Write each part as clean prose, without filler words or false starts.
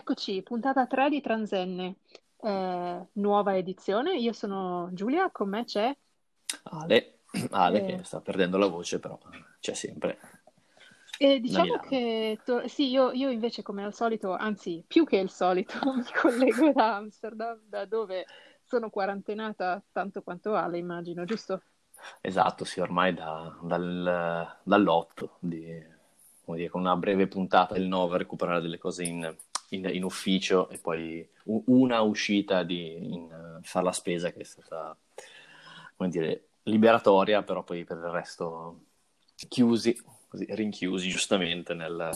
Eccoci, puntata 3 di Transenne, nuova edizione. Io sono Giulia, con me c'è Ale, Ale che eh, sta perdendo la voce, però c'è sempre e da diciamo Milano. che sì, io invece come al solito, anzi più che il solito, mi collego da Amsterdam, da dove sono quarantenata tanto quanto Ale, immagino, giusto? Esatto, sì, ormai dall'8, come dire, con una breve puntata del 9 recuperare delle cose in ufficio e poi una uscita fare la spesa che è stata, come dire, liberatoria, però poi per il resto chiusi, così, rinchiusi giustamente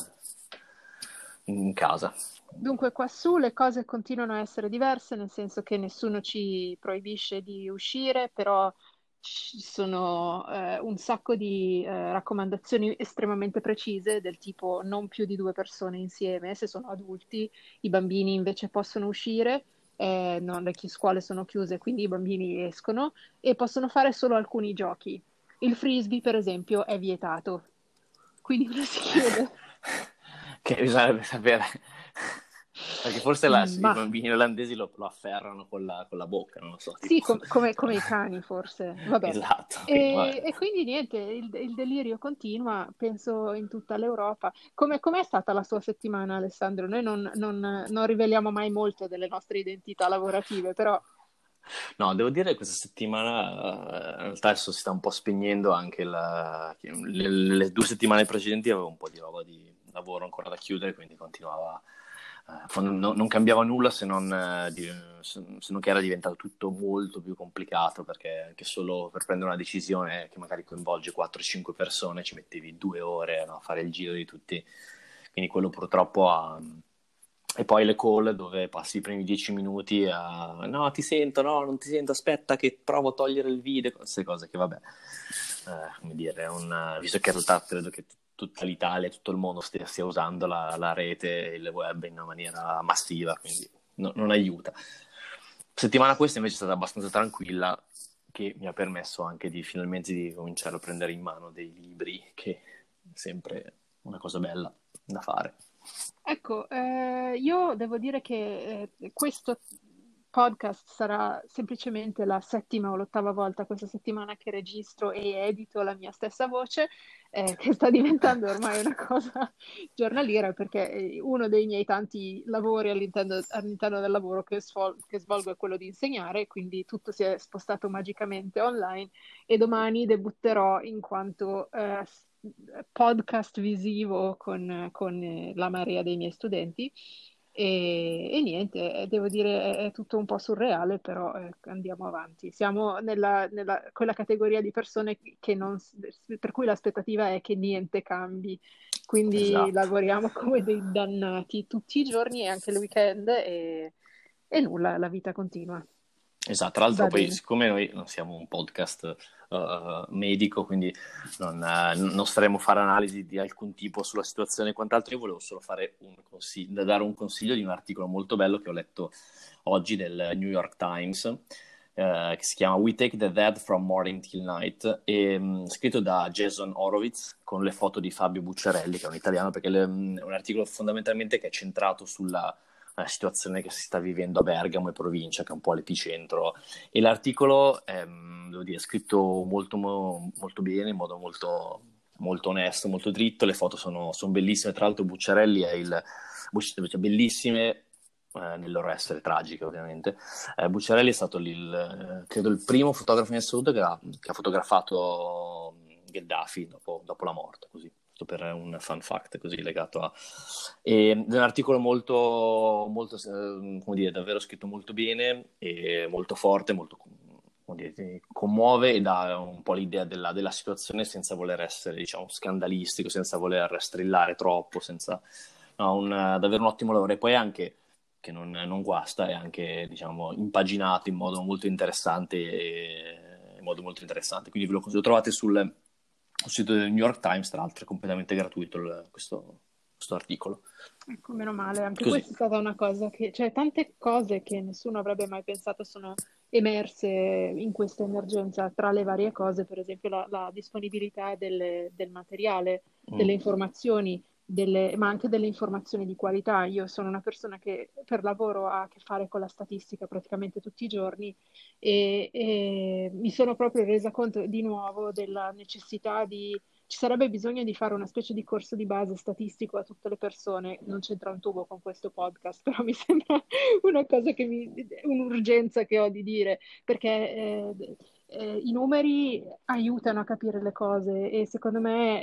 in casa. Dunque, quassù le cose continuano a essere diverse, nel senso che nessuno ci proibisce di uscire, però ci sono un sacco di raccomandazioni estremamente precise, del tipo non più di due persone insieme, se sono adulti, i bambini invece possono uscire, no, le scuole sono chiuse, quindi i bambini escono e possono fare solo alcuni giochi. Il frisbee, per esempio, è vietato. Quindi uno si chiede. Che bisognerebbe sapere, perché forse i Ma bambini olandesi lo afferrano con la bocca, non lo so, sì, tipo. come i cani forse, vabbè. Esatto, quindi E, vabbè. e quindi niente, il delirio continua, penso, in tutta l'Europa. Com'è stata la sua settimana, Alessandro? Noi non riveliamo mai molto delle nostre identità lavorative, però No, devo dire che questa settimana in realtà adesso si sta un po' spegnendo anche le 2 settimane precedenti avevo un po' di roba di lavoro ancora da chiudere, quindi continuava, non cambiava nulla se non che era diventato tutto molto più complicato, perché anche solo per prendere una decisione che magari coinvolge 4-5 persone ci mettevi 2 ore, no, a fare il giro di tutti, quindi quello purtroppo ha. E poi le call dove passi i primi 10 minuti a no, ti sento, no, non ti sento, aspetta che provo a togliere il video, queste cose che vabbè, come dire, visto che in realtà credo che tutta l'Italia, tutto il mondo stia usando la rete e il web in una maniera massiva, quindi non aiuta. Settimana questa invece è stata abbastanza tranquilla, che mi ha permesso anche di finalmente di cominciare a prendere in mano dei libri, che è sempre una cosa bella da fare. ecco, io devo dire che questo podcast sarà semplicemente la settima o l'ottava volta questa settimana che registro e edito la mia stessa voce, che sta diventando ormai una cosa giornaliera, perché uno dei miei tanti lavori all'interno del lavoro che svolgo è quello di insegnare, quindi tutto si è spostato magicamente online e domani debutterò in quanto podcast visivo con la marea dei miei studenti. E niente, devo dire, è tutto un po' surreale, però andiamo avanti. Siamo nella quella categoria di persone che per cui l'aspettativa è che niente cambi. Quindi Esatto. lavoriamo come dei dannati tutti i giorni e anche il weekend e nulla, la vita continua. Esatto, tra l'altro Va poi bene. siccome noi non siamo un podcast medico, quindi non staremo a fare analisi di alcun tipo sulla situazione e quant'altro, io volevo solo fare dare un consiglio di un articolo molto bello che ho letto oggi del New York Times, che si chiama We Take the Dead from Morning Till Night, scritto da Jason Horowitz con le foto di Fabio Bucciarelli, che è un italiano, perché è un articolo fondamentalmente che è centrato sulla situazione che si sta vivendo a Bergamo e provincia, che è un po' l'epicentro. E l'articolo è, devo dire, scritto molto bene, in modo molto onesto, molto dritto. Le foto sono bellissime. Tra l'altro, Bucciarelli bellissime. Nel loro essere tragiche, ovviamente. Bucciarelli è stato credo il primo fotografo in assoluto che ha fotografato Gheddafi dopo la morte, così per un fun fact così legato a. È un articolo molto come dire, davvero scritto molto bene e molto forte, molto, come dire, ti commuove e dà un po' l'idea della situazione senza voler essere, diciamo, scandalistico, senza voler strillare troppo, no, davvero un ottimo lavoro. E poi anche che non guasta, è anche, diciamo, impaginato in modo molto interessante quindi ve lo consiglio. Lo trovate sul sito del New York Times, tra l'altro è completamente gratuito questo articolo. Ecco, meno male, anche Così. questa è stata una cosa cioè tante cose che nessuno avrebbe mai pensato sono emerse in questa emergenza, tra le varie cose, per esempio la disponibilità del materiale, delle Mm. informazioni ma anche delle informazioni di qualità. Io sono una persona che per lavoro ha a che fare con la statistica praticamente tutti i giorni e mi sono proprio resa conto di nuovo della necessità di... Ci sarebbe bisogno di fare una specie di corso di base statistico a tutte le persone. Non c'entra un tubo con questo podcast, però mi sembra una cosa un'urgenza che ho di dire, perché i numeri aiutano a capire le cose e secondo me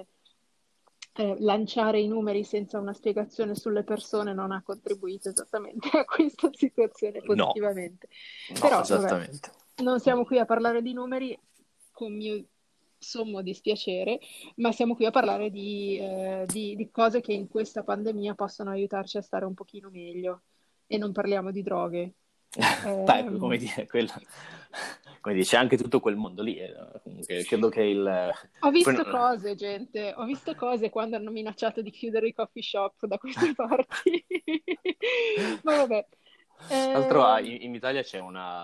lanciare i numeri senza una spiegazione sulle persone non ha contribuito esattamente a questa situazione No, positivamente. no, Però, vabbè, esattamente. non siamo qui a parlare di numeri con mio sommo dispiacere, ma siamo qui a parlare di cose che in questa pandemia possono aiutarci a stare un pochino meglio. E non parliamo di droghe. Dai, come Ehm, dire, come dice anche tutto quel mondo lì. Comunque, credo che il... Ho poi visto cose, gente, ho visto cose quando hanno minacciato di chiudere i coffee shop da queste parti. Ma vabbè. Tra l'altro Ehm, in Italia c'è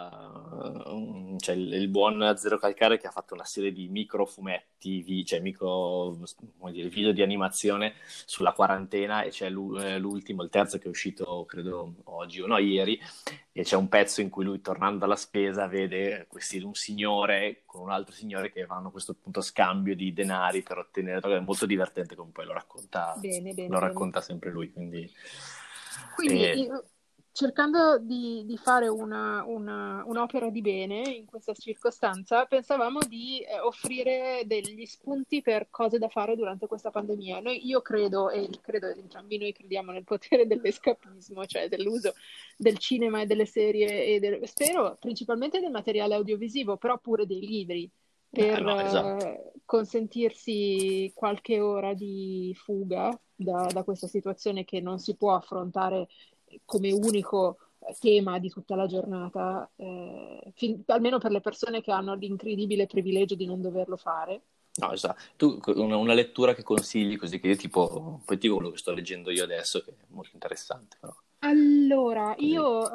c'è il buon Zero Calcare che ha fatto una serie di micro fumetti, cioè micro, come dire, video di animazione sulla quarantena e c'è l'ultimo, il terzo che è uscito credo oggi o no ieri, e c'è un pezzo in cui lui tornando dalla spesa vede un signore con un altro signore che fanno questo appunto scambio di denari per ottenere, è molto divertente come poi bene, bene, lo bene. racconta sempre lui, quindi... Quindi, E, cercando di fare un'opera di bene in questa circostanza, pensavamo di offrire degli spunti per cose da fare durante questa pandemia. Io credo, e credo entrambi noi crediamo nel potere dell'escapismo, cioè dell'uso del cinema e delle serie, spero principalmente del materiale audiovisivo, però pure dei libri per no, esatto. consentirsi qualche ora di fuga da questa situazione che non si può affrontare come unico tema di tutta la giornata, almeno per le persone che hanno l'incredibile privilegio di non doverlo fare. No, esatto. Tu una lettura che consigli così che io tipo, poi ti dico quello che sto leggendo io adesso, che è molto interessante, però. Allora, Così. io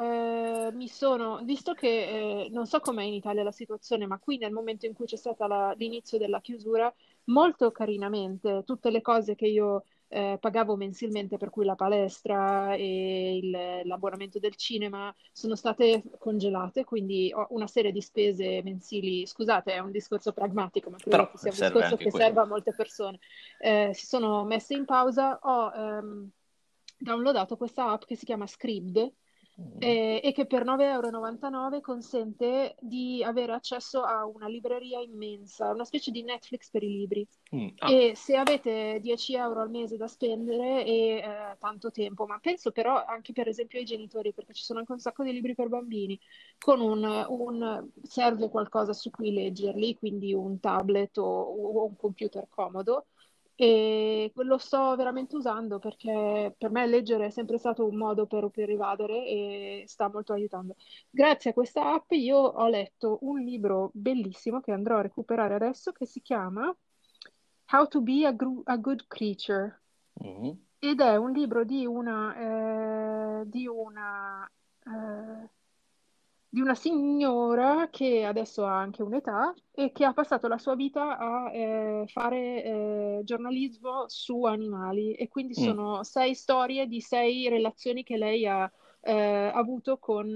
visto che non so com'è in Italia la situazione, ma qui nel momento in cui c'è stata l'inizio della chiusura, molto carinamente, tutte le cose che io pagavo mensilmente, per cui la palestra e l'abbonamento del cinema, sono state congelate, quindi ho una serie di spese mensili, scusate, è un discorso pragmatico, ma credo Però che sia un serve discorso anche che quello. serva a molte persone. Si sono messe in pausa, ho downloadato questa app che si chiama Scribd Mm. e che per 9,99 € consente di avere accesso a una libreria immensa, una specie di Netflix per i libri. Ah, E se avete 10 euro al mese da spendere e tanto tempo, ma penso però anche per esempio ai genitori, perché ci sono anche un sacco di libri per bambini, serve qualcosa su cui leggerli, quindi un tablet o un computer comodo. E lo sto veramente usando perché per me leggere è sempre stato un modo per evadere e sta molto aiutando. Grazie a questa app io ho letto un libro bellissimo che andrò a recuperare adesso che si chiama How to be a Good Creature mm. ed è un libro eh, di una signora che adesso ha anche un'età e che ha passato la sua vita a fare giornalismo su animali e quindi Mm. sono 6 storie di 6 relazioni che lei ha avuto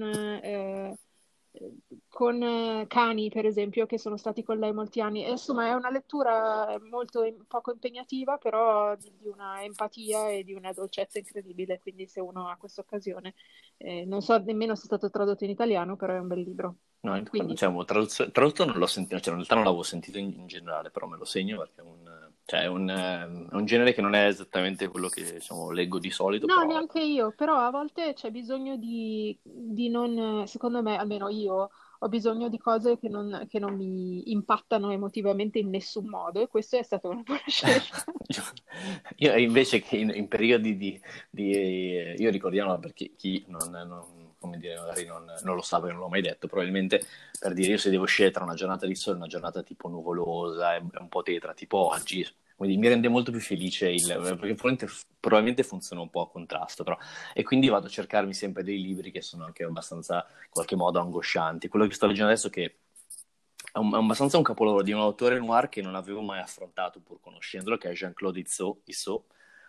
con cani, per esempio, che sono stati con lei molti anni. E, insomma, è una lettura molto poco impegnativa, però di una empatia e di una dolcezza incredibile. Quindi, se uno ha questa occasione, non so nemmeno se è stato tradotto in italiano, però è un bel libro. No, Quindi, diciamo, tradotto non l'ho sentito, cioè in realtà non l'avevo sentito in generale, però me lo segno perché cioè, è un genere che non è esattamente quello che diciamo, leggo di solito, no, però neanche io, però a volte c'è bisogno di non, secondo me, almeno io, ho bisogno di cose che non mi impattano emotivamente in nessun modo e questa è stata una buona scelta. io invece che in periodi io ricordiamo perché chi come dire, magari non lo sa perché non l'ho mai detto, probabilmente per dire io se devo scegliere tra una giornata di sole e una giornata tipo nuvolosa, è un po' tetra, tipo oggi, quindi mi rende molto più felice perché probabilmente funziona un po' a contrasto, però, e quindi vado a cercarmi sempre dei libri che sono anche abbastanza, in qualche modo, angoscianti. Quello che sto leggendo adesso che è abbastanza un capolavoro di un autore noir che non avevo mai affrontato pur conoscendolo, che è Jean-Claude Issot,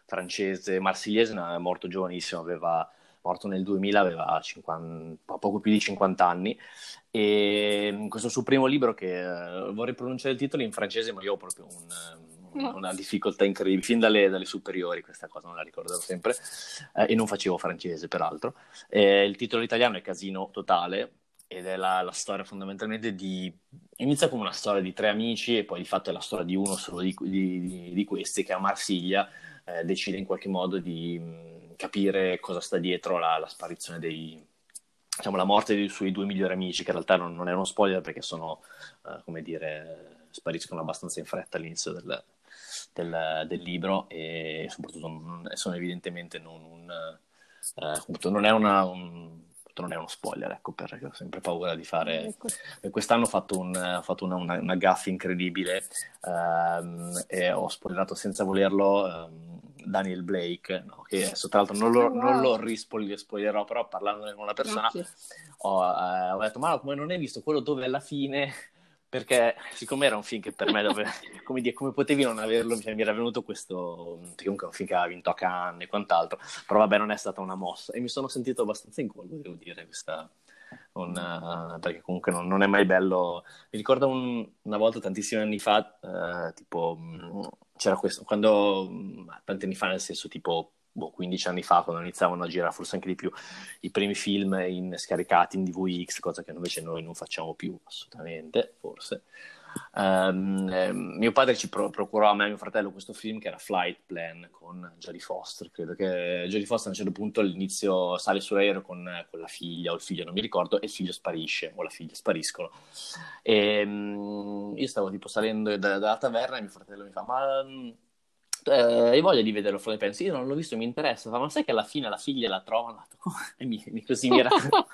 francese, marsigliese, è morto giovanissimo, morto nel 2000, aveva 50, poco più di 50 anni, e questo suo primo libro, che vorrei pronunciare il titolo in francese, ma io ho proprio una difficoltà incredibile, fin dalle superiori, questa cosa non la ricorderò sempre, e non facevo francese peraltro. Il titolo italiano è Casino Totale, ed è la storia fondamentalmente inizia come una storia di tre amici, e poi di fatto è la storia di uno solo di questi, che a Marsiglia decide in qualche modo di capire cosa sta dietro la sparizione diciamo, la morte dei suoi due migliori amici, che in realtà non è uno spoiler, perché sono, come dire, spariscono abbastanza in fretta all'inizio del libro, e soprattutto sono evidentemente non è non è uno spoiler, ecco, perché ho sempre paura di fare. Ecco. Quest'anno ho fatto una gaffe incredibile, e ho spoilerato senza volerlo Daniel Blake, no? Che adesso tra l'altro non lo rispoilerò, però parlandone con una persona ho detto: ma come non hai visto quello dove alla fine, perché siccome era un film che per me come potevi non averlo, mi era venuto questo, comunque è un film che aveva vinto a Cannes e quant'altro, però vabbè, non è stata una mossa, e mi sono sentito abbastanza in colpa, devo dire, perché comunque non è mai bello. Mi ricordo una volta, tantissimi anni fa, tipo c'era questo, quando tanti anni fa, nel senso tipo 15 anni fa, quando iniziavano a girare, forse anche di più, i primi film scaricati in DVX, cosa che invece noi non facciamo più assolutamente, forse. Mio padre ci procurò a me e a mio fratello questo film, che era Flight Plan, con Jodie Foster. Credo che Jodie Foster a un certo punto all'inizio sale sull'aereo con la figlia o il figlio, non mi ricordo, e il figlio sparisce, o la figlia spariscono. E io stavo tipo salendo dalla taverna, e mio fratello mi fa: ma hai voglia di vederlo Flight Plan? Sì, io non l'ho visto, mi interessa. Ma sai che alla fine la figlia la trovano? E così mi era...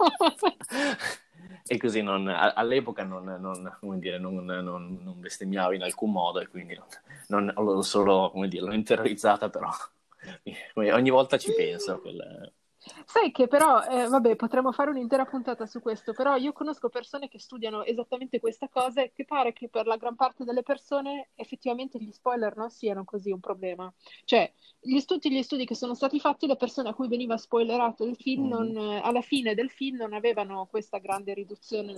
E così all'epoca come dire, non bestemmiavo in alcun modo, e quindi l'ho solo, come dire, l'ho interiorizzata, però ogni volta ci penso. Sai che però, vabbè, potremmo fare un'intera puntata su questo, però io conosco persone che studiano esattamente questa cosa, e che pare che per la gran parte delle persone effettivamente gli spoiler non siano così un problema. Cioè, tutti gli studi che sono stati fatti, le persone a cui veniva spoilerato il film, alla fine del film non avevano questa grande riduzione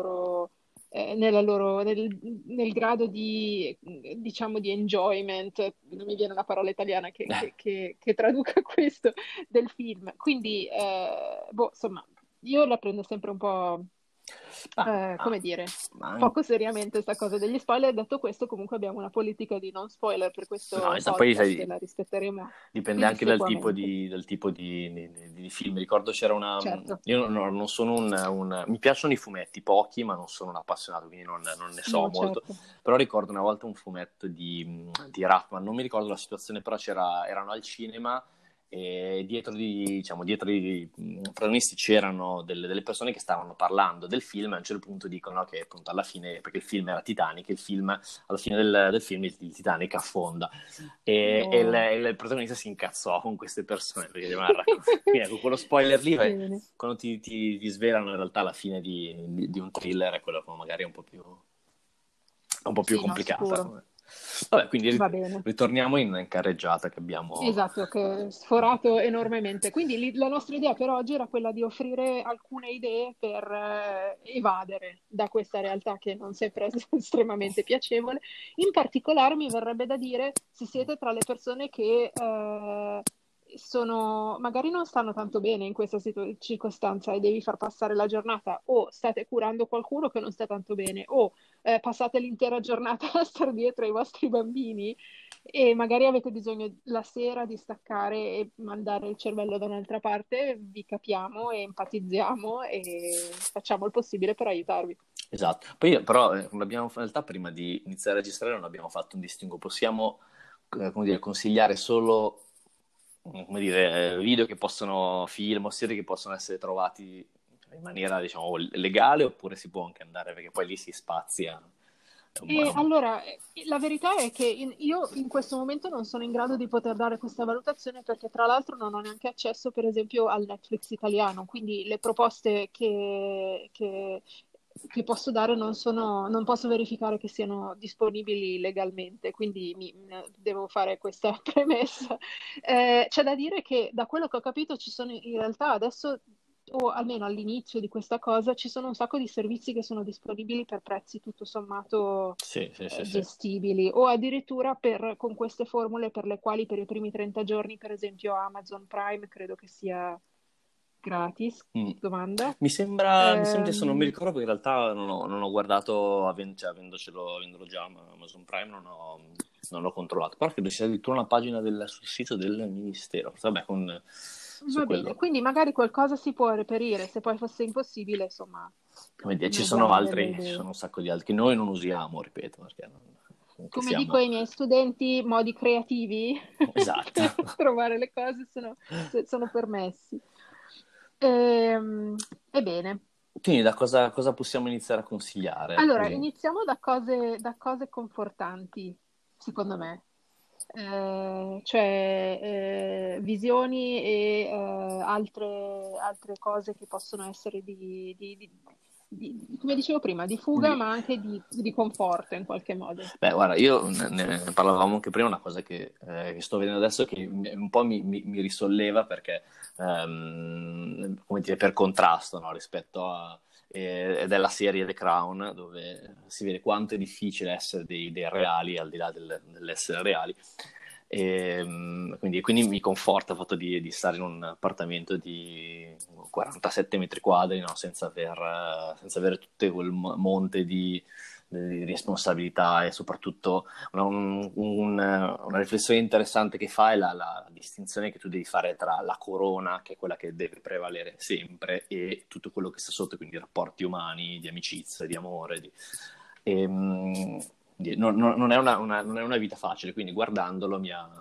nel grado di, diciamo, di enjoyment, non mi viene la parola italiana che traduca questo, del film. Quindi, insomma, io la prendo sempre un po', come dire, poco seriamente questa cosa degli spoiler. Detto questo, comunque abbiamo una politica di non spoiler per No, questo poi podcast, e la rispetteremo dipende anche pedissequamente. dal tipo di film. Mi ricordo c'era Certo, io non sono mi piacciono i fumetti, pochi, ma non sono un appassionato, quindi non ne so no, molto. certo. Però ricordo una volta un fumetto di Ratman, non mi ricordo la situazione, però erano al cinema, e diciamo, dietro i protagonisti c'erano delle persone che stavano parlando del film, e a un certo punto dicono che appunto alla fine, perché il film era Titanic, alla fine del film il Titanic affonda, e il protagonista si incazzò con queste persone, perché quindi ecco, quello spoiler lì, Bene. quando ti svelano in realtà la fine di un thriller, è quello che magari è un po' più Sì, no, complicata. sicuro. Vabbè, quindi Va bene. ritorniamo in carreggiata che abbiamo. Esatto, che è sforato enormemente. Quindi la nostra idea per oggi era quella di offrire alcune idee per evadere da questa realtà che non sempre è estremamente piacevole. In particolare mi verrebbe da dire, se siete tra le persone che magari non stanno tanto bene in questa circostanza, e devi far passare la giornata, o state curando qualcuno che non sta tanto bene, o passate l'intera giornata a stare dietro ai vostri bambini, e magari avete bisogno la sera di staccare e mandare il cervello da un'altra parte, vi capiamo e empatizziamo e facciamo il possibile per aiutarvi. Esatto. Poi però in realtà prima di iniziare a registrare non abbiamo fatto un distinguo. Possiamo, come dire, consigliare solo, come dire, video che possono, film o serie che possono essere trovati in maniera, diciamo, legale, oppure si può anche andare, perché poi lì si spazia. E allora, la verità è che io in questo momento non sono in grado di poter dare questa valutazione, perché tra l'altro non ho neanche accesso, per esempio, al Netflix italiano, quindi le proposte che posso dare non posso verificare che siano disponibili legalmente, quindi devo fare questa premessa. C'è da dire che da quello che ho capito ci sono in realtà adesso, o almeno all'inizio di questa cosa, ci sono un sacco di servizi che sono disponibili per prezzi tutto sommato Sì, sì, sì, sì. gestibili, o addirittura con queste formule per le quali per i primi 30 giorni, per esempio Amazon Prime, credo che sia gratis, Mm. domanda. Mi sembra, adesso non mi ricordo perché in realtà non ho guardato, cioè, avendolo già Amazon Prime, non l'ho controllato, però credo sia addirittura una pagina sul sito del Ministero. Vabbè, su Va bene, quello, quindi magari qualcosa si può reperire, se poi fosse impossibile, insomma, come dire, ne abbiamo delle ci idee. sono un sacco di altri che noi non usiamo, ripeto, perché comunque Come dico siamo... ai miei studenti, modi creativi Esatto. per trovare le cose sono permessi. Ebbene, Quindi cosa possiamo iniziare a consigliare? allora iniziamo da cose confortanti, secondo me. Cioè visioni e altre cose che possono essere come dicevo prima, di fuga, ma anche di conforto in qualche modo. Beh, guarda, io ne parlavamo anche prima, una cosa che sto vedendo adesso che un po' mi risolleva perché, come dire, per contrasto, no, rispetto ed è la serie The Crown, dove si vede quanto è difficile essere dei reali, al di là dell'essere reali. Quindi mi conforta il fatto di stare in un appartamento di 47 metri quadri, no, senza avere tutto quel monte di responsabilità, e soprattutto una riflessione interessante che fa è la distinzione che tu devi fare tra la corona, che è quella che deve prevalere sempre, e tutto quello che sta sotto, quindi rapporti umani, di amicizia, di amore. Non è non è una vita facile, quindi guardandolo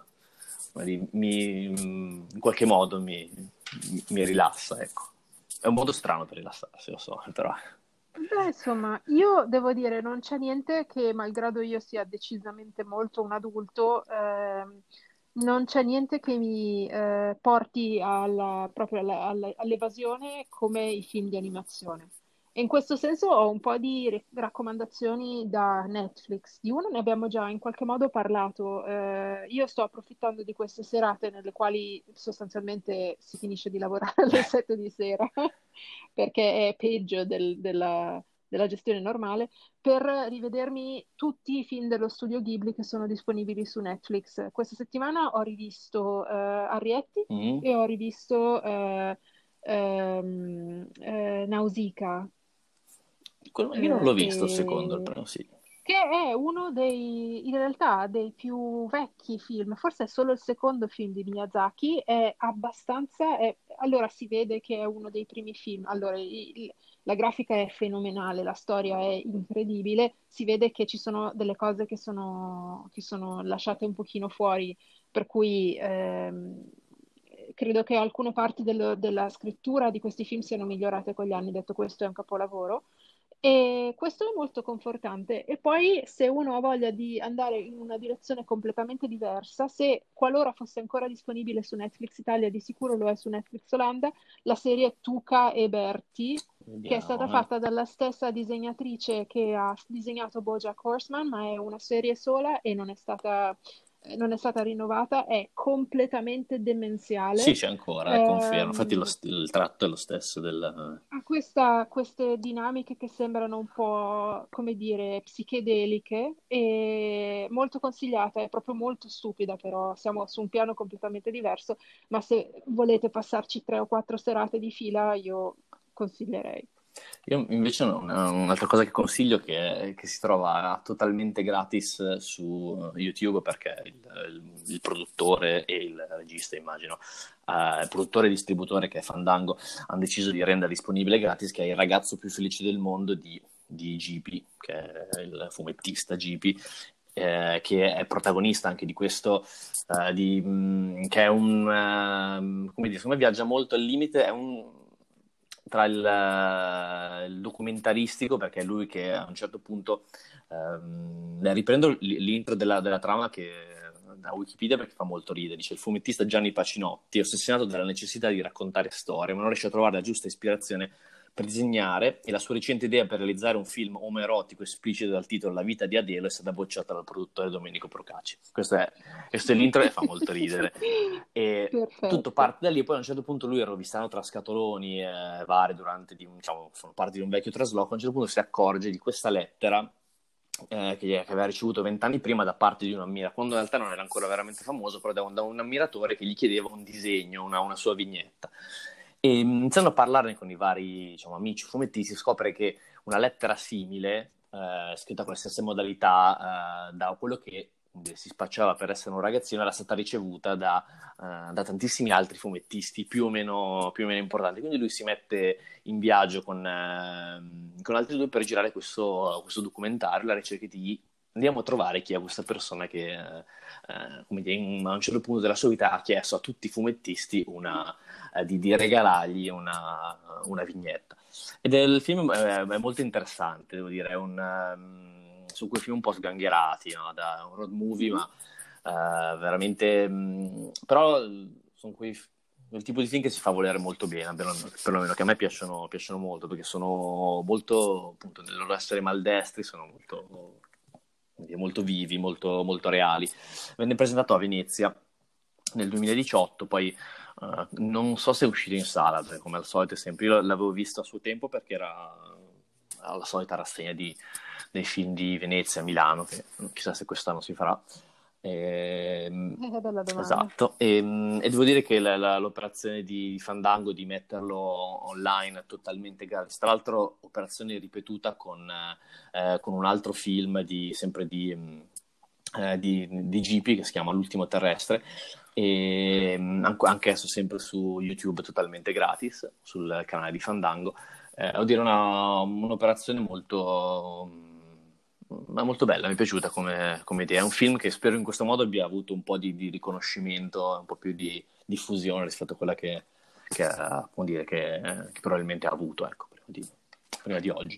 in qualche modo mi rilassa, ecco. È un modo strano per rilassarsi, lo so, però... Beh, insomma, io devo dire, non c'è niente che, malgrado io sia decisamente molto un adulto, non c'è niente che mi porti proprio all'evasione come i film di animazione. E in questo senso ho un po' di raccomandazioni da Netflix. Di uno ne abbiamo già in qualche modo parlato. Io sto approfittando di queste serate nelle quali sostanzialmente si finisce di lavorare alle 7 di sera, perché è peggio della gestione normale, per rivedermi tutti i film dello studio Ghibli che sono disponibili su Netflix. Questa settimana ho rivisto Arrietty Mm. e ho rivisto Nausicaa, Io non l'ho visto il secondo, il e- primo sì. che è uno in realtà, dei più vecchi film, forse è solo il secondo film di Miyazaki, è abbastanza, allora si vede che è uno dei primi film, allora la grafica è fenomenale, la storia è incredibile, si vede che ci sono delle cose che sono lasciate un pochino fuori, per cui credo che alcune parti della scrittura di questi film siano migliorate con gli anni, detto questo è un capolavoro. E questo è molto confortante. E poi, se uno ha voglia di andare in una direzione completamente diversa, se qualora fosse ancora disponibile su Netflix Italia, di sicuro lo è su Netflix Olanda, la serie Tuca e Berti, che è stata Vediamo, eh. fatta dalla stessa disegnatrice che ha disegnato BoJack Horseman, ma è una serie sola e non è stata rinnovata, è completamente Sì, demenziale. c'è ancora, confermo. Infatti Ehm, il tratto è lo stesso del... ha queste dinamiche che sembrano un po', come dire, psichedeliche e molto consigliata, è proprio molto stupida, però siamo su un piano completamente diverso, ma se volete passarci 3 o 4 serate di fila, io consiglierei. Io invece un'altra cosa che consiglio che si trova totalmente gratis su YouTube, perché il produttore e il regista, immagino, il produttore e distributore, che è Fandango, hanno deciso di rendere disponibile gratis, che è Il ragazzo più felice del mondo di Gipi, che è il fumettista Gipi, che è protagonista anche di questo, che è come dire, secondo me viaggia molto al limite, tra il documentaristico, perché è lui che a un certo punto, riprendo l'intro della trama da Wikipedia perché fa molto ridere. Dice: il fumettista Gianni Pacinotti è ossessionato dalla necessità di raccontare storie, ma non riesce a trovare la giusta ispirazione per disegnare, e la sua recente idea per realizzare un film omoerotico esplicito dal titolo La vita di Adele è stata bocciata dal produttore Domenico Procaci. Questo è l'intro e fa molto ridere. E tutto Perfetto. parte da lì, poi a un certo punto lui, rovistando tra scatoloni vari durante, diciamo, sono parte di un vecchio trasloco, a un certo punto si accorge di questa lettera che aveva ricevuto 20 anni prima da parte di un ammiratore, quando in realtà non era ancora veramente famoso, però da un ammiratore che gli chiedeva un disegno, una sua vignetta. E iniziando a parlarne con i vari, diciamo, amici fumettisti, scopre che una lettera simile, scritta con le stesse modalità, da quello che si spacciava per essere un ragazzino, era stata ricevuta da tantissimi altri fumettisti più o meno importanti. Quindi lui si mette in viaggio con altri due per girare questo documentario, la ricerca di andiamo a trovare chi è questa persona che come dire, a un certo punto della sua vita ha chiesto a tutti i fumettisti di regalargli una vignetta. Ed il film è molto interessante, devo dire, su quei film un po' sgangherati, no? Da un road movie, ma veramente però sono quel tipo di film che si fa volere molto bene, perlomeno che a me piacciono molto, perché sono molto, appunto, nel loro essere maldestri, sono molto vivi, molto, molto reali. Venne presentato a Venezia nel 2018, poi non so se è uscito in sala, perché come al solito sempre io l'avevo visto a suo tempo perché era alla solita rassegna dei film di Venezia a Milano, che chissà se quest'anno si farà. È una bella domanda. Esatto, e devo dire che l'operazione di Fandango di metterlo online è totalmente gratis. Tra l'altro, operazione ripetuta con un altro film sempre di GP che si chiama L'ultimo terrestre, e anche adesso sempre su YouTube totalmente gratis sul canale di Fandango. Devo dire un'operazione molto bella, mi è piaciuta come idea. È un film che spero in questo modo abbia avuto un po' di riconoscimento, un po' più di diffusione rispetto a quella che può dire che probabilmente ha avuto, ecco, prima di oggi.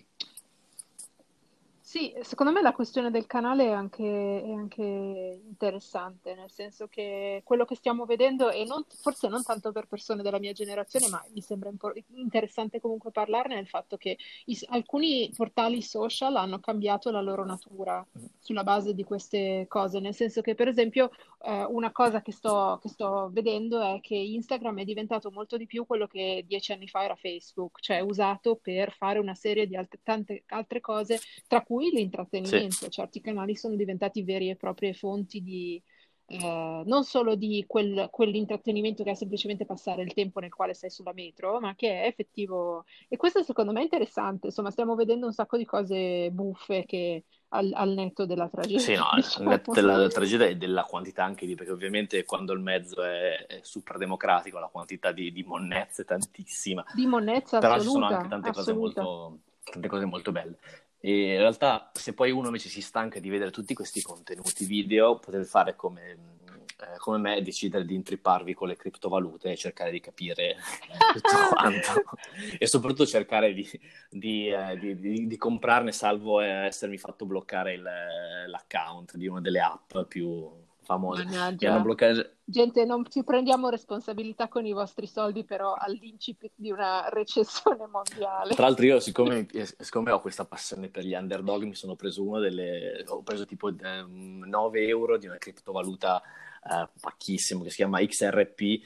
Sì, secondo me la questione del canale è anche interessante, nel senso che quello che stiamo vedendo, e forse non tanto per persone della mia generazione, ma mi sembra interessante comunque parlarne, è il fatto che alcuni portali social hanno cambiato la loro natura sulla base di queste cose, nel senso che per esempio una cosa che sto vedendo è che Instagram è diventato molto di più quello che 10 anni fa era Facebook, cioè usato per fare una serie di tante altre cose, tra cui Sì. l'intrattenimento. Certi canali sono diventati veri e proprie fonti di non solo di quell'intrattenimento che è semplicemente passare il tempo nel quale sei sulla metro, ma che è effettivo. E questo secondo me è interessante. Insomma, stiamo vedendo un sacco di cose buffe che al netto della Sì, tragedia, no, diciamo. della tragedia e della quantità anche perché ovviamente quando il mezzo è super democratico la quantità di monnezze è tantissima, Di monnezza però ci sono anche assoluta, assoluta. tante cose molto belle. E in realtà se poi uno invece si stanca di vedere tutti questi contenuti video, potete fare come me, decidere di intripparvi con le criptovalute e cercare di capire tutto quanto e soprattutto cercare di comprarne, salvo essermi fatto bloccare l'account di una delle app più famose. Mi hanno Mannaggia. bloccato. Gente, non ci prendiamo responsabilità con i vostri soldi, però all'incipit di una recessione mondiale. Tra l'altro io, siccome ho questa passione per gli underdog, mi sono preso ho preso tipo 9 euro di una criptovaluta pacchissimo che si chiama XRP.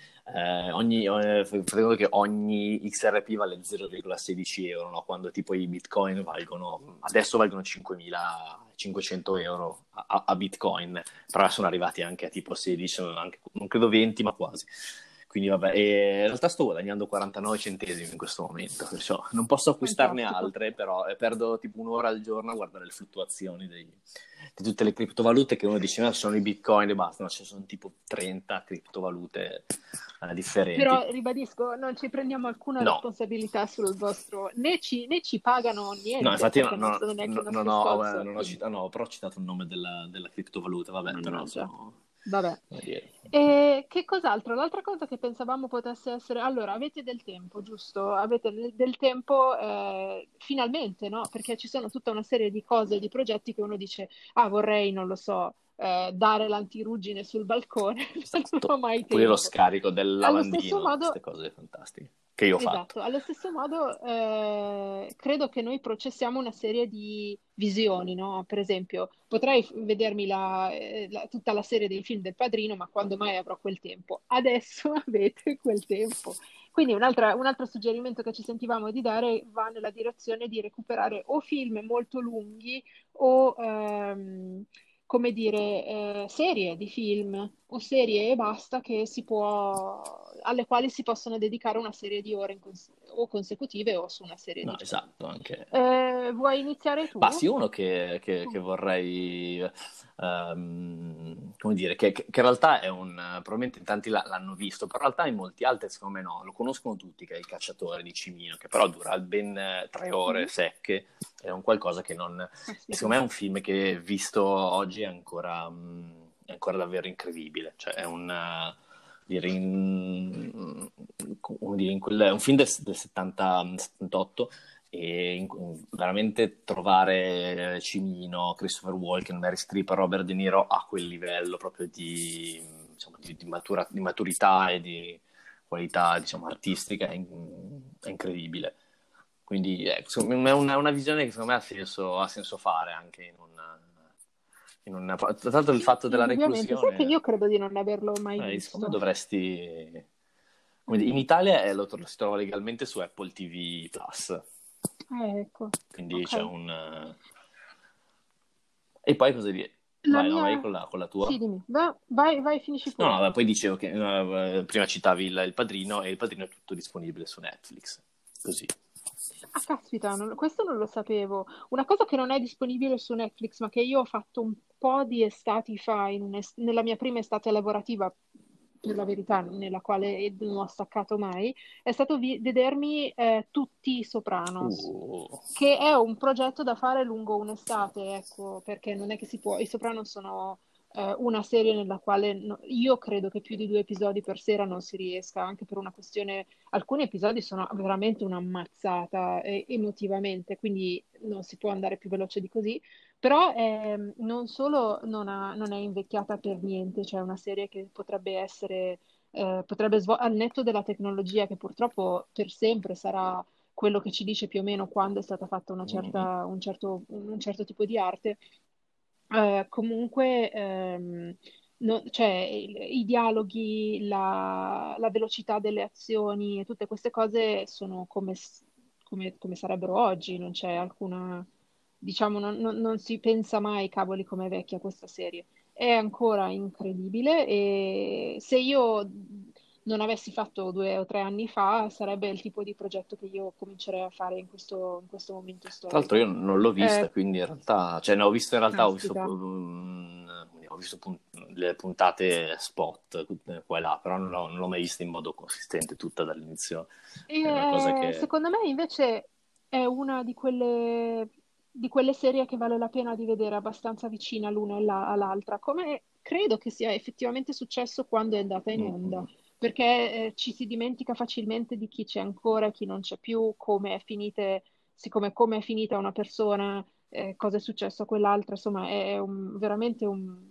Fate che ogni XRP vale 0,16 euro, no? Quando tipo i bitcoin adesso valgono 5.500 euro a bitcoin, però sono arrivati anche a tipo 16, non credo 20, ma quasi. Quindi vabbè, e in realtà sto guadagnando 49 centesimi in questo momento, perciò non posso acquistarne Fantastico. altre, però perdo tipo un'ora al giorno a guardare le fluttuazioni di tutte le criptovalute, che uno dice, no, sono i bitcoin e basta, no, ci sono tipo 30 criptovalute differenti. Però ribadisco, non ci prendiamo alcuna No. responsabilità sul vostro, né ci pagano No, niente, infatti perché non sono neanche i non nostri sponsor. però ho citato il nome della criptovaluta, vabbè, però Mannaggia. sono. Vabbè. Come dire. E che cos'altro? L'altra cosa che pensavamo potesse essere, allora, avete del tempo, giusto? Avete del tempo, finalmente, no? Perché ci sono tutta una serie di cose, di progetti che uno dice, ah, vorrei, non lo so, dare l'antiruggine sul balcone, ma non Esatto. ho mai Pure lo tempo. scarico del Allo stesso lavandino, modo, queste cose fantastiche. che io ho fatto. Esatto, allo stesso modo credo che noi processiamo una serie di visioni, no? Per esempio, potrei vedermi tutta la serie dei film del Padrino, ma quando mai avrò quel tempo? Adesso avete quel tempo. Quindi un altro suggerimento che ci sentivamo di dare va nella direzione di recuperare o film molto lunghi o, come dire, serie di film o serie e basta alle quali si possono dedicare una serie di ore o consecutive o su una serie di No, giorni. esatto, anche. Vuoi iniziare Ma tu? sì, uno che Tu. vorrei, come dire, che in realtà è probabilmente in tanti l'hanno visto, però in realtà in molti altri secondo me no, lo conoscono tutti, che è Il cacciatore di Cimino, che però dura ben 3 ore Mhm. secche, è un qualcosa che non. Caspita. Secondo me è un film che visto oggi è ancora davvero incredibile, cioè è dire, come dire, è un film del 70-78 e veramente trovare Cimino, Christopher Walken, Mary Streep, Robert De Niro a quel livello proprio insomma, di maturità e di qualità, diciamo, artistica è incredibile. Quindi secondo me è una visione che secondo me ha senso fare anche tra l'altro il Sì, fatto della indubbiamente. Sai che reclusione, io credo di non averlo mai secondo me visto. dovresti. Come Mm. dire, in Italia si trova legalmente su Apple TV Plus, Ecco, quindi c'è ok. un. E poi cosa dire? La Vai, no, vai mia... con la tua. Sì, dimmi. Vai, finisci No, pure. no, beh, poi dicevo che prima citavi il Padrino e il Padrino è tutto disponibile su Netflix, così. Ah, caspita, questo non lo sapevo. Una cosa che non è disponibile su Netflix, ma che io ho fatto un po' di estati fa, nella mia prima estate lavorativa, per la verità, nella quale non ho staccato mai, è stato vedermi tutti i Sopranos, Uh, che è un progetto da fare lungo un'estate, ecco, perché non è che si può. I Sopranos sono una serie nella quale io credo che più di 2 episodi per sera non si riesca, anche per una questione. Alcuni episodi sono veramente un'ammazzata emotivamente, quindi non si può andare più veloce di così, però non solo non è invecchiata per niente, cioè è una serie che potrebbe essere, al netto della tecnologia che purtroppo per sempre sarà quello che ci dice più o meno quando è stata fatta mm, un certo tipo di arte. Comunque, cioè, i dialoghi, la velocità delle azioni e tutte queste cose sono come sarebbero oggi, non c'è alcuna, diciamo, non si pensa mai, cavoli, com'è vecchia questa serie. È ancora incredibile e se io non avessi fatto 2 o 3 anni fa, sarebbe il tipo di progetto che io comincerei a fare in questo momento Tra l'altro io storico. non l'ho vista, Eh, quindi in realtà, cioè ne ho visto in realtà, caspita. ho visto le puntate spot qua e là, però non l'ho mai vista in modo consistente tutta dall'inizio. È una cosa che. Secondo me invece è una di quelle serie che vale la pena di vedere abbastanza vicina l'una all'altra, come credo che sia effettivamente successo quando è andata in onda, Mm, perché ci si dimentica facilmente di chi c'è ancora e chi non c'è più, siccome come è finita una persona, cosa è successo a quell'altra, insomma è veramente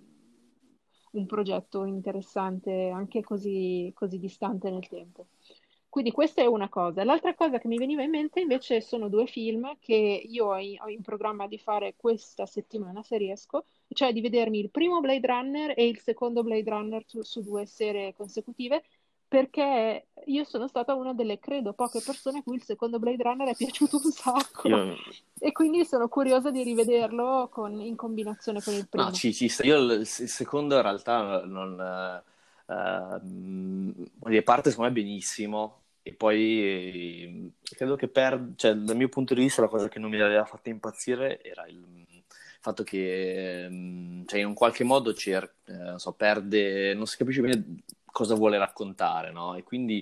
un progetto interessante, anche così distante nel tempo. Quindi questa è una cosa. L'altra cosa che mi veniva in mente invece sono 2 film che io ho in programma di fare questa settimana, se riesco, cioè di vedermi il primo Blade Runner e il secondo Blade Runner su 2 sere consecutive, perché io sono stata una delle, credo, poche persone a cui il secondo Blade Runner è piaciuto un sacco. io, E quindi sono curiosa di rivederlo in combinazione con il no, primo. ci sta. Io il secondo in realtà non. Voglio dire, parte secondo me benissimo e poi credo che cioè, dal mio punto di vista la cosa che non mi aveva fatto impazzire era il fatto che cioè, in un qualche modo non so, perde, non si capisce bene cosa vuole raccontare, no? E quindi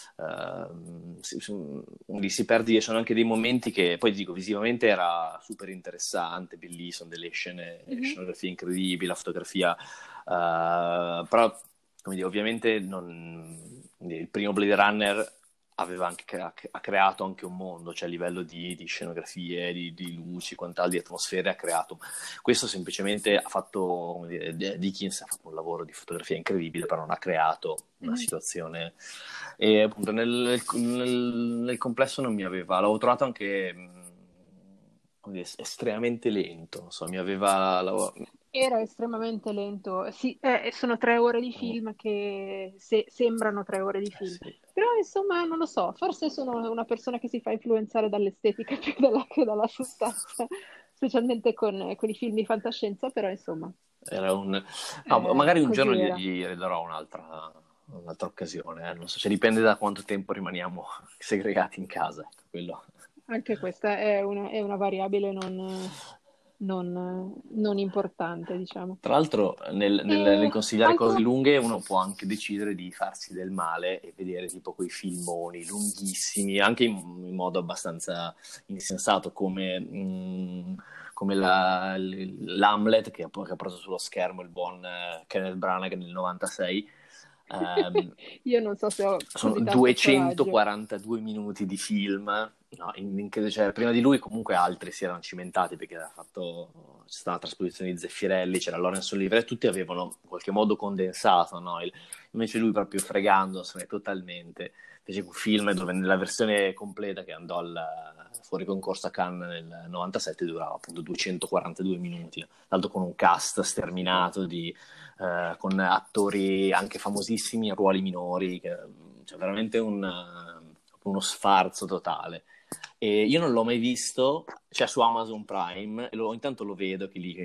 si perde, ci sono anche dei momenti che poi dico visivamente era super interessante, bellissimo, delle Mhm. scenografie incredibili, la fotografia, però come dire, ovviamente il primo Blade Runner aveva anche ha creato anche un mondo, cioè a livello di scenografie, di luci, quant'altro, di atmosfere ha creato. Questo semplicemente ha fatto, come dire, Dickens ha fatto un lavoro di fotografia incredibile, però non ha creato una situazione. E appunto nel complesso non mi aveva, l'avevo trovato anche come dire, estremamente lento, non so, mi aveva... Era estremamente lento. Sì, sono 3 ore di film che sembrano 3 ore di film. Sì. Però insomma, non lo so, forse sono una persona che si fa influenzare dall'estetica più che dalla sostanza, specialmente con i film di fantascienza, però insomma, Era un... No, magari un giorno così era. gli darò un'altra occasione, non so, cioè dipende da quanto tempo rimaniamo segregati in casa, ecco, quello. Anche questa è una variabile non importante, diciamo. Tra l'altro nel E consigliare cose altro. lunghe uno può anche decidere di farsi del male e vedere tipo quei filmoni lunghissimi, anche in modo abbastanza insensato, come l'Hamlet che ha preso sullo schermo il buon Kenneth Branagh nel 96. Io non so se ho Sono così tanto coraggio. 242 minuti di film, no, cioè, prima di lui comunque altri si erano cimentati perché c'è stata la trasposizione di Zeffirelli, c'era Laurence Olivier, tutti avevano in qualche modo condensato, no? Invece lui proprio fregandosene totalmente, fece un film dove nella versione completa che andò fuori concorso a Cannes nel 97 durava appunto 242 minuti, tanto con un cast sterminato con attori anche famosissimi in ruoli minori, cioè veramente uno sfarzo totale. E io non l'ho mai visto, cioè su Amazon Prime, e ogni tanto lo vedo che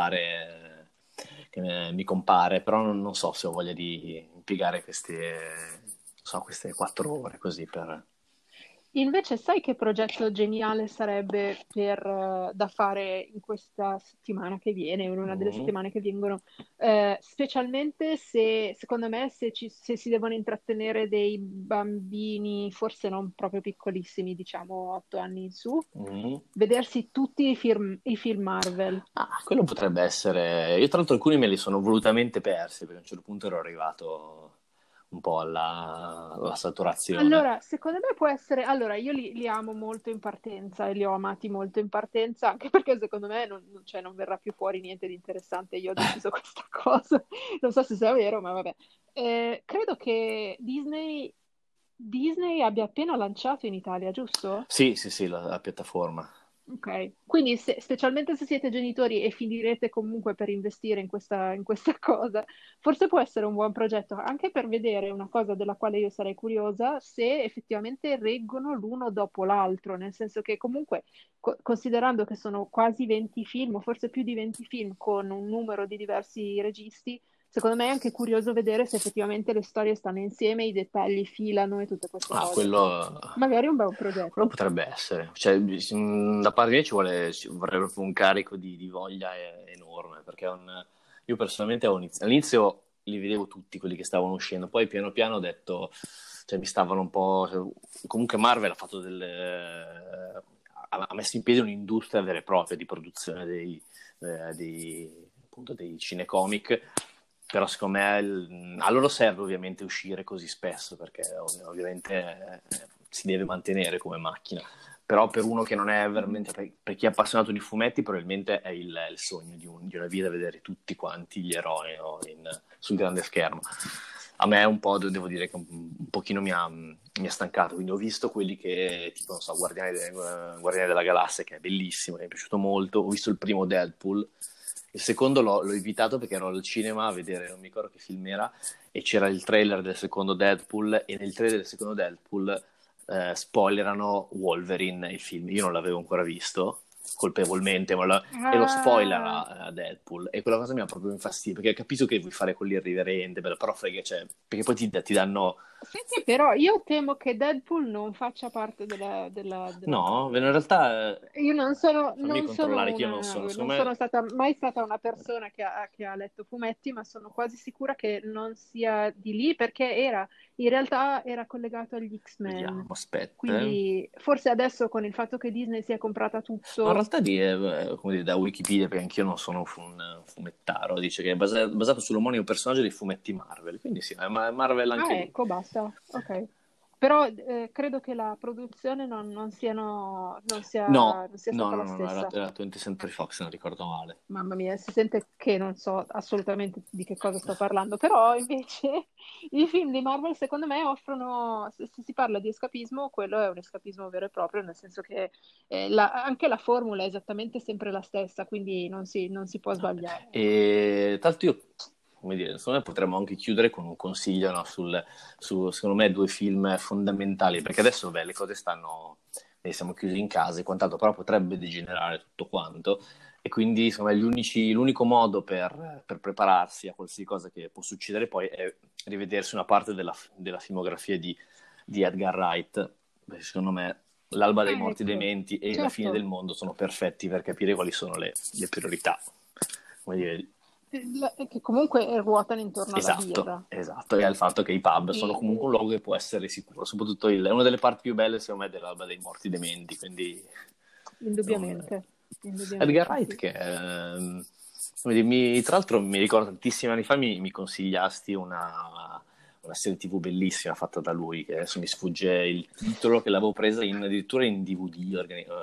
mi compare, però non so se ho voglia di impiegare queste 4 ore così per... Invece, sai che progetto geniale sarebbe da fare in questa settimana che viene, in una delle Mm. settimane che vengono, specialmente se, secondo me, se si devono intrattenere dei bambini, forse non proprio piccolissimi, diciamo 8 anni in su, Mm. vedersi tutti i film Marvel. Ah, quello potrebbe essere... Io tra l'altro alcuni me li sono volutamente persi, perché a un certo punto ero arrivato un po' alla saturazione. Allora, secondo me può essere. Allora, io li amo molto in partenza e li ho amati molto in partenza, anche perché secondo me cioè, non verrà più fuori niente di interessante. Io ho deciso questa cosa. Non so se sia vero, ma vabbè. Credo che Disney abbia appena lanciato in Italia, giusto? Sì, sì, sì, la piattaforma. Ok, quindi specialmente se siete genitori e finirete comunque per investire in questa cosa, forse può essere un buon progetto anche per vedere una cosa della quale io sarei curiosa, se effettivamente reggono l'uno dopo l'altro, nel senso che comunque, considerando che sono quasi 20 film, o forse più di 20 film con un numero di diversi registi, secondo me è anche curioso vedere se effettivamente le storie stanno insieme, i dettagli filano e tutte queste Ah, cose. Magari è un bel quello progetto. potrebbe essere. Cioè, da parte mia ci vorrebbe proprio un carico di voglia enorme, perché io personalmente all'inizio li vedevo tutti quelli che stavano uscendo, poi piano piano ho detto, cioè mi stavano un po'... Comunque Marvel ha fatto ha messo in piedi un'industria vera e propria di produzione appunto dei cinecomic, però secondo me a loro serve ovviamente uscire così spesso perché ovviamente si deve mantenere come macchina, però per uno che non è Mhm. veramente, per chi è appassionato di fumetti probabilmente è il sogno di una vita vedere tutti quanti gli eroi, no, sul grande schermo. A me un po', devo dire che un pochino mi ha stancato, quindi ho visto quelli che, tipo, non so, Guardiani della Galassia, che è bellissimo, mi è piaciuto molto, ho visto il primo Deadpool, il secondo l'ho evitato perché ero al cinema a vedere, non mi ricordo che film era, e c'era il trailer del secondo Deadpool, e nel trailer del secondo Deadpool spoilerano Wolverine, il film. Io non l'avevo ancora visto, colpevolmente, e lo spoiler Ah. a Deadpool, e quella cosa mi ha proprio infastidio, perché capisco che vuoi fare quell'irriverente, però frega, cioè, perché poi ti danno... Senti, però io temo che Deadpool non faccia parte della No, in Marvel. realtà, Io non sono, fammi non sono controllare che io non una, sono, secondo non me... sono stata mai stata una persona che ha letto fumetti, ma sono quasi sicura che non sia di lì perché in realtà era collegato agli X-Men. Vediamo, aspetta. Quindi forse adesso con il fatto che Disney si è comprata No, in tutto. realtà come dire, da Wikipedia, perché anch'io non sono un fumettaro, dice che è basato sull'omonimo personaggio dei fumetti Marvel, quindi sì, è Marvel anche Ah, lui. ecco, basta. Ok. Però credo che la produzione non sia No, stata la no, era stessa. 20th Century Fox, se non ricordo male. Mamma mia, si sente che non so assolutamente di che cosa sto parlando, però invece i film di Marvel secondo me offrono, se si parla di escapismo, quello è un escapismo vero e proprio, nel senso che anche la formula è esattamente sempre la stessa, quindi non si può No. sbagliare. Ecco. E tra l'altro io, come dire, secondo me potremmo anche chiudere con un consiglio, no, su, secondo me, due film fondamentali, perché adesso, le cose siamo chiusi in casa e quant'altro, però potrebbe degenerare tutto quanto, e quindi, secondo me, l'unico modo per prepararsi a qualsiasi cosa che può succedere poi è rivedersi una parte della filmografia di Edgar Wright, perché secondo me L'alba dei morti Ecco, dementi e La fine del certo. mondo sono perfetti per capire quali sono le priorità. Come dire, Che comunque ruotano intorno alla birra. esatto, e al fatto che i pub sono comunque un E- luogo che può essere sicuro, soprattutto una delle parti più belle secondo me è dell'alba dei morti dementi, quindi Indubbiamente, Edgar indubbiamente Wright sì. che come dire, tra l'altro mi ricordo tantissimi anni fa mi consigliasti una serie TV bellissima fatta da lui, che adesso mi sfugge il titolo, che l'avevo presa addirittura in DVD.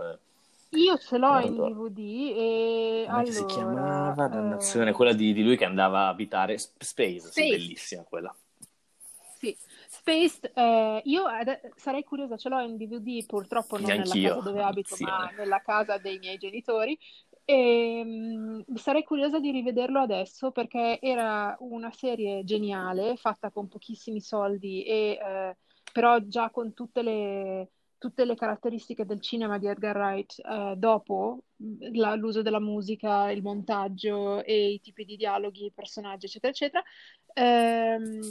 Io ce l'ho in Guarda, DVD e com'è che si allora chiamava? Dannazione, quella di lui che andava a abitare Space, sì, Spaced, bellissima quella. sì, Spaced, io sarei curiosa, ce l'ho in DVD purtroppo E non nella anch'io, casa dove abito, maledizione. ma nella casa dei miei genitori. E sarei curiosa di rivederlo adesso perché era una serie geniale, fatta con pochissimi soldi e però già con tutte le caratteristiche del cinema di Edgar Wright, dopo l'uso della musica, il montaggio e i tipi di dialoghi, i personaggi, eccetera, eccetera. Ehm,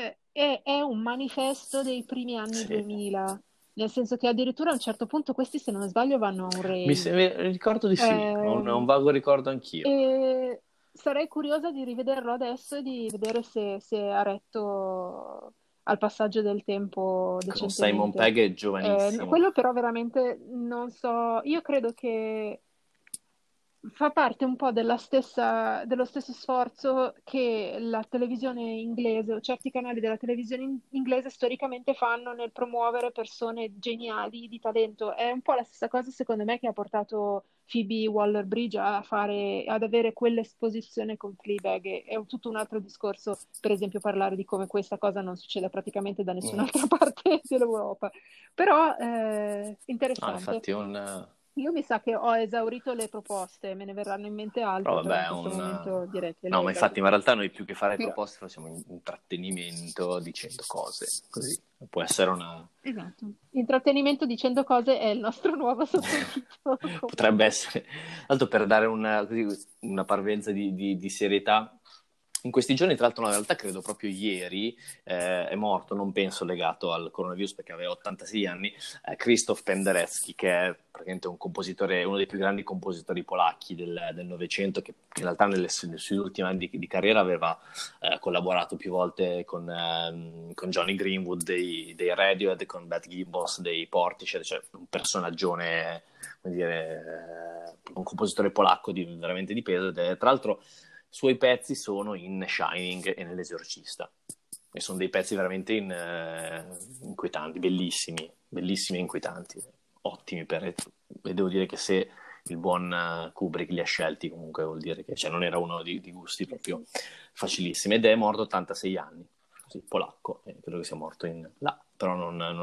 è un manifesto dei primi anni Sì. 2000, nel senso che addirittura a un certo punto questi, se non sbaglio, vanno a un rave. Ricordo di sì, ho un Ehm, vago ricordo anch'io. e sarei curiosa di rivederlo adesso e di vedere se ha retto al passaggio del tempo Con Simon decentemente. Pegg è giovanissimo. Quello però veramente non so, io credo che fa parte un po' dello stesso sforzo che la televisione inglese o certi canali della televisione inglese storicamente fanno nel promuovere persone geniali di talento. È un po' la stessa cosa, secondo me, che ha portato Phoebe Waller-Bridge ad avere quell'esposizione con Fleabag. È tutto un altro discorso, per esempio, parlare di come questa cosa non succede praticamente da Mm. nessun'altra parte dell'Europa. Però, No, interessante. infatti è un... Io mi sa che ho esaurito le proposte, me ne verranno in mente altre, Però però vabbè, in questo momento direi che le no, ho ma infatti, ma in esaurite. realtà noi più che fare Però, proposte facciamo intrattenimento dicendo cose, così può essere una... esatto. Intrattenimento dicendo cose è il nostro nuovo sottotitolo Potrebbe comunque. essere, tanto per dare una parvenza di serietà. In questi giorni, tra l'altro, no, in realtà credo proprio ieri è morto, non penso legato al coronavirus perché aveva 86 anni, Krzysztof Penderecki, che è praticamente un compositore, uno dei più grandi compositori polacchi del Novecento, che in realtà nei suoi ultimi anni di carriera aveva collaborato più volte con Johnny Greenwood dei Radiohead, con Beth Gibbons dei Portishead, cioè un personaggione, come dire, un compositore polacco veramente di peso, ed è, tra l'altro i suoi pezzi sono in Shining e nell'Esorcista, e sono dei pezzi veramente inquietanti, bellissimi, bellissimi e inquietanti, ottimi e devo dire che se il buon Kubrick li ha scelti, comunque vuol dire che non era uno di gusti proprio facilissimi, ed è morto a 86 anni, così, polacco, e credo che sia morto là, però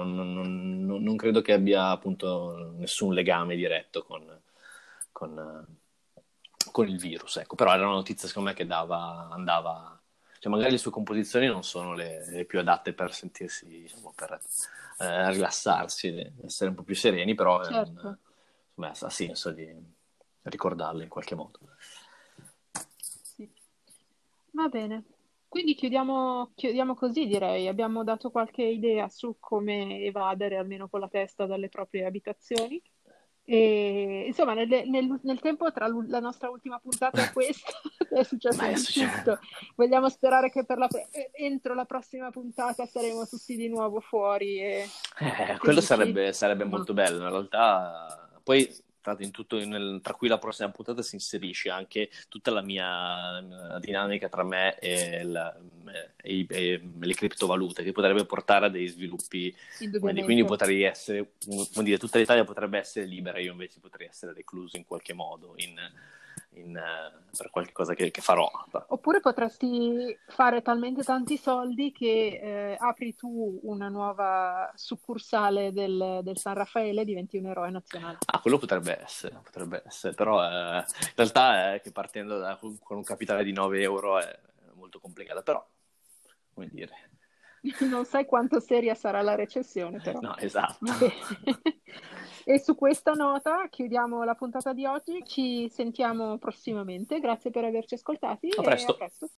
non credo che abbia appunto nessun legame diretto con, con il virus, ecco. Però era una notizia secondo me che andava, cioè magari le sue composizioni non sono le più adatte per sentirsi, diciamo, per rilassarsi, essere un po' più sereni, però Certo, insomma, ha senso di ricordarle in qualche modo. sì. Va bene. Quindi chiudiamo così, direi. Abbiamo dato qualche idea su come evadere, almeno con la testa, dalle proprie abitazioni. E insomma, nel tempo tra la nostra ultima puntata e questa è successo Ma è di successo. tutto. Vogliamo sperare che entro la prossima puntata saremo tutti di nuovo fuori e Quello felici? sarebbe Ma molto bello, in realtà. Poi tra cui la prossima puntata si inserisce anche tutta la mia dinamica tra me e le criptovalute, che potrebbe portare a dei sviluppi, quindi potrei essere, tutta l'Italia potrebbe essere libera, io invece potrei essere recluso in qualche modo per qualche cosa che farò. Oppure potresti fare talmente tanti soldi che apri tu una nuova succursale del San Raffaele e diventi un eroe nazionale. Quello potrebbe essere, però in realtà è che partendo con un capitale di 9 euro è molto complicata, però, come dire... Non sai quanto seria sarà la recessione, però. No, esatto. E su questa nota chiudiamo la puntata di oggi. Ci sentiamo prossimamente. Grazie per averci ascoltati A presto. e a presto.